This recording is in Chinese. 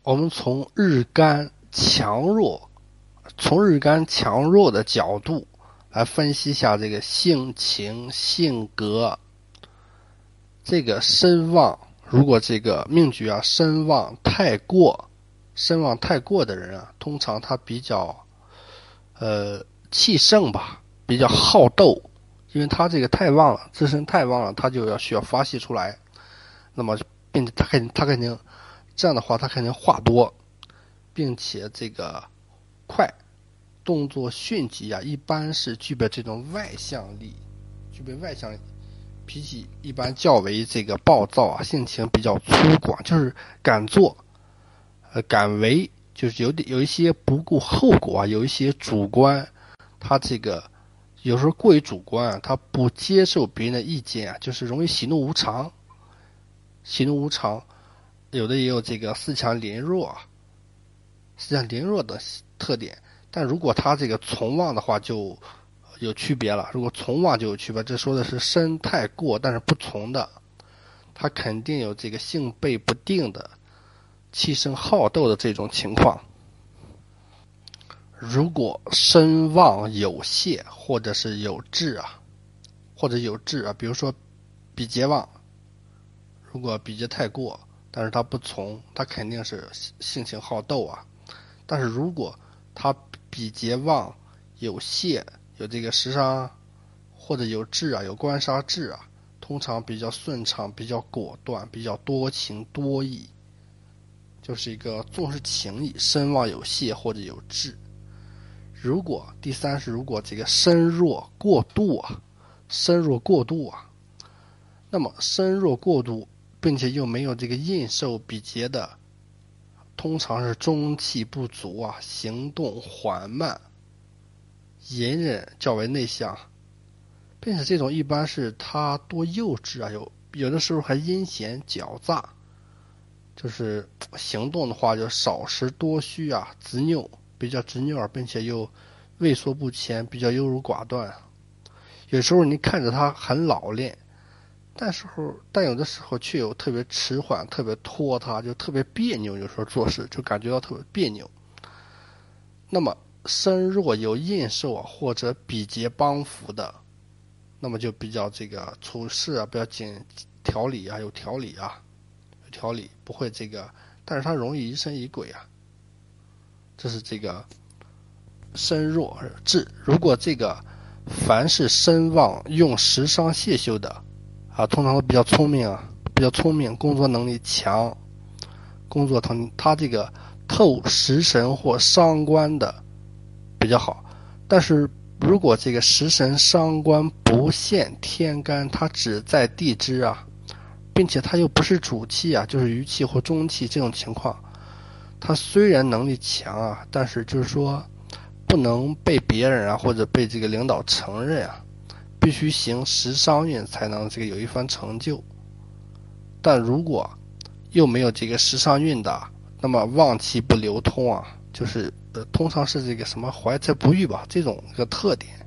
我们从日干强弱的角度来分析一下这个性情、性格。这个身旺，如果这个命局啊身旺太过的人啊，通常他比较气盛吧，比较好斗，因为他这个太旺了，自身太旺了，他就需要发泄出来。那么并且他肯定这样的话，他肯定话多，并且这个快，动作迅疾啊，一般是具备这种外向力，脾气一般较为这个暴躁啊，性情比较粗犷，就是敢做，敢为，就是有一些不顾后果啊，有一些主观，他这个有时候过于主观啊，他不接受别人的意见啊，就是容易喜怒无常。有的也有这个四强凌弱的特点，但如果他这个从旺的话就有区别了。如果从旺就有区别，这说的是身太过但是不从的，他肯定有这个性悖不定的、气盛好斗的这种情况。如果身旺有泄或者有滞啊，比如说比劫旺，如果比劫太过，但是他不从，他肯定是性情好斗啊。但是如果他比劫旺有泄，有这个食伤或者有滞啊，有官杀滞啊，通常比较顺畅，比较果断，比较多情多义，就是一个重视情义，身旺有泄或者有滞。第三是如果这个身弱过度啊，那么身弱过度并且又没有这个印受比劫的，通常是中气不足啊，行动缓慢，隐忍，较为内向，并且这种一般是他多幼稚啊，有的时候还阴险狡诈，就是行动的话就少实多虚啊，比较执拗，并且又畏缩不前，比较优柔寡断。有时候你看着他很老练，但有的时候却有特别迟缓，特别拖沓，就特别别扭，有时候做事就感觉到特别别扭。那么身弱有印受啊，或者比劫帮扶的，那么就比较这个处事啊，比较条理啊，有条理，不会这个，但是他容易疑神疑鬼啊。这是这个身弱滞。如果这个凡是身旺用食伤泄修的啊，通常都比较聪明，工作能力强，他这个透食神或伤官的比较好。但是如果这个食神伤官不现天干，它只在地支啊，并且它又不是主气啊，就是余气或中气，这种情况，他虽然能力强啊，但是就是说不能被别人啊或者被这个领导承认啊，必须行食伤运才能这个有一番成就。但如果又没有这个食伤运的，那么旺气不流通啊，就是通常是这个什么怀才不遇吧，这种一个特点。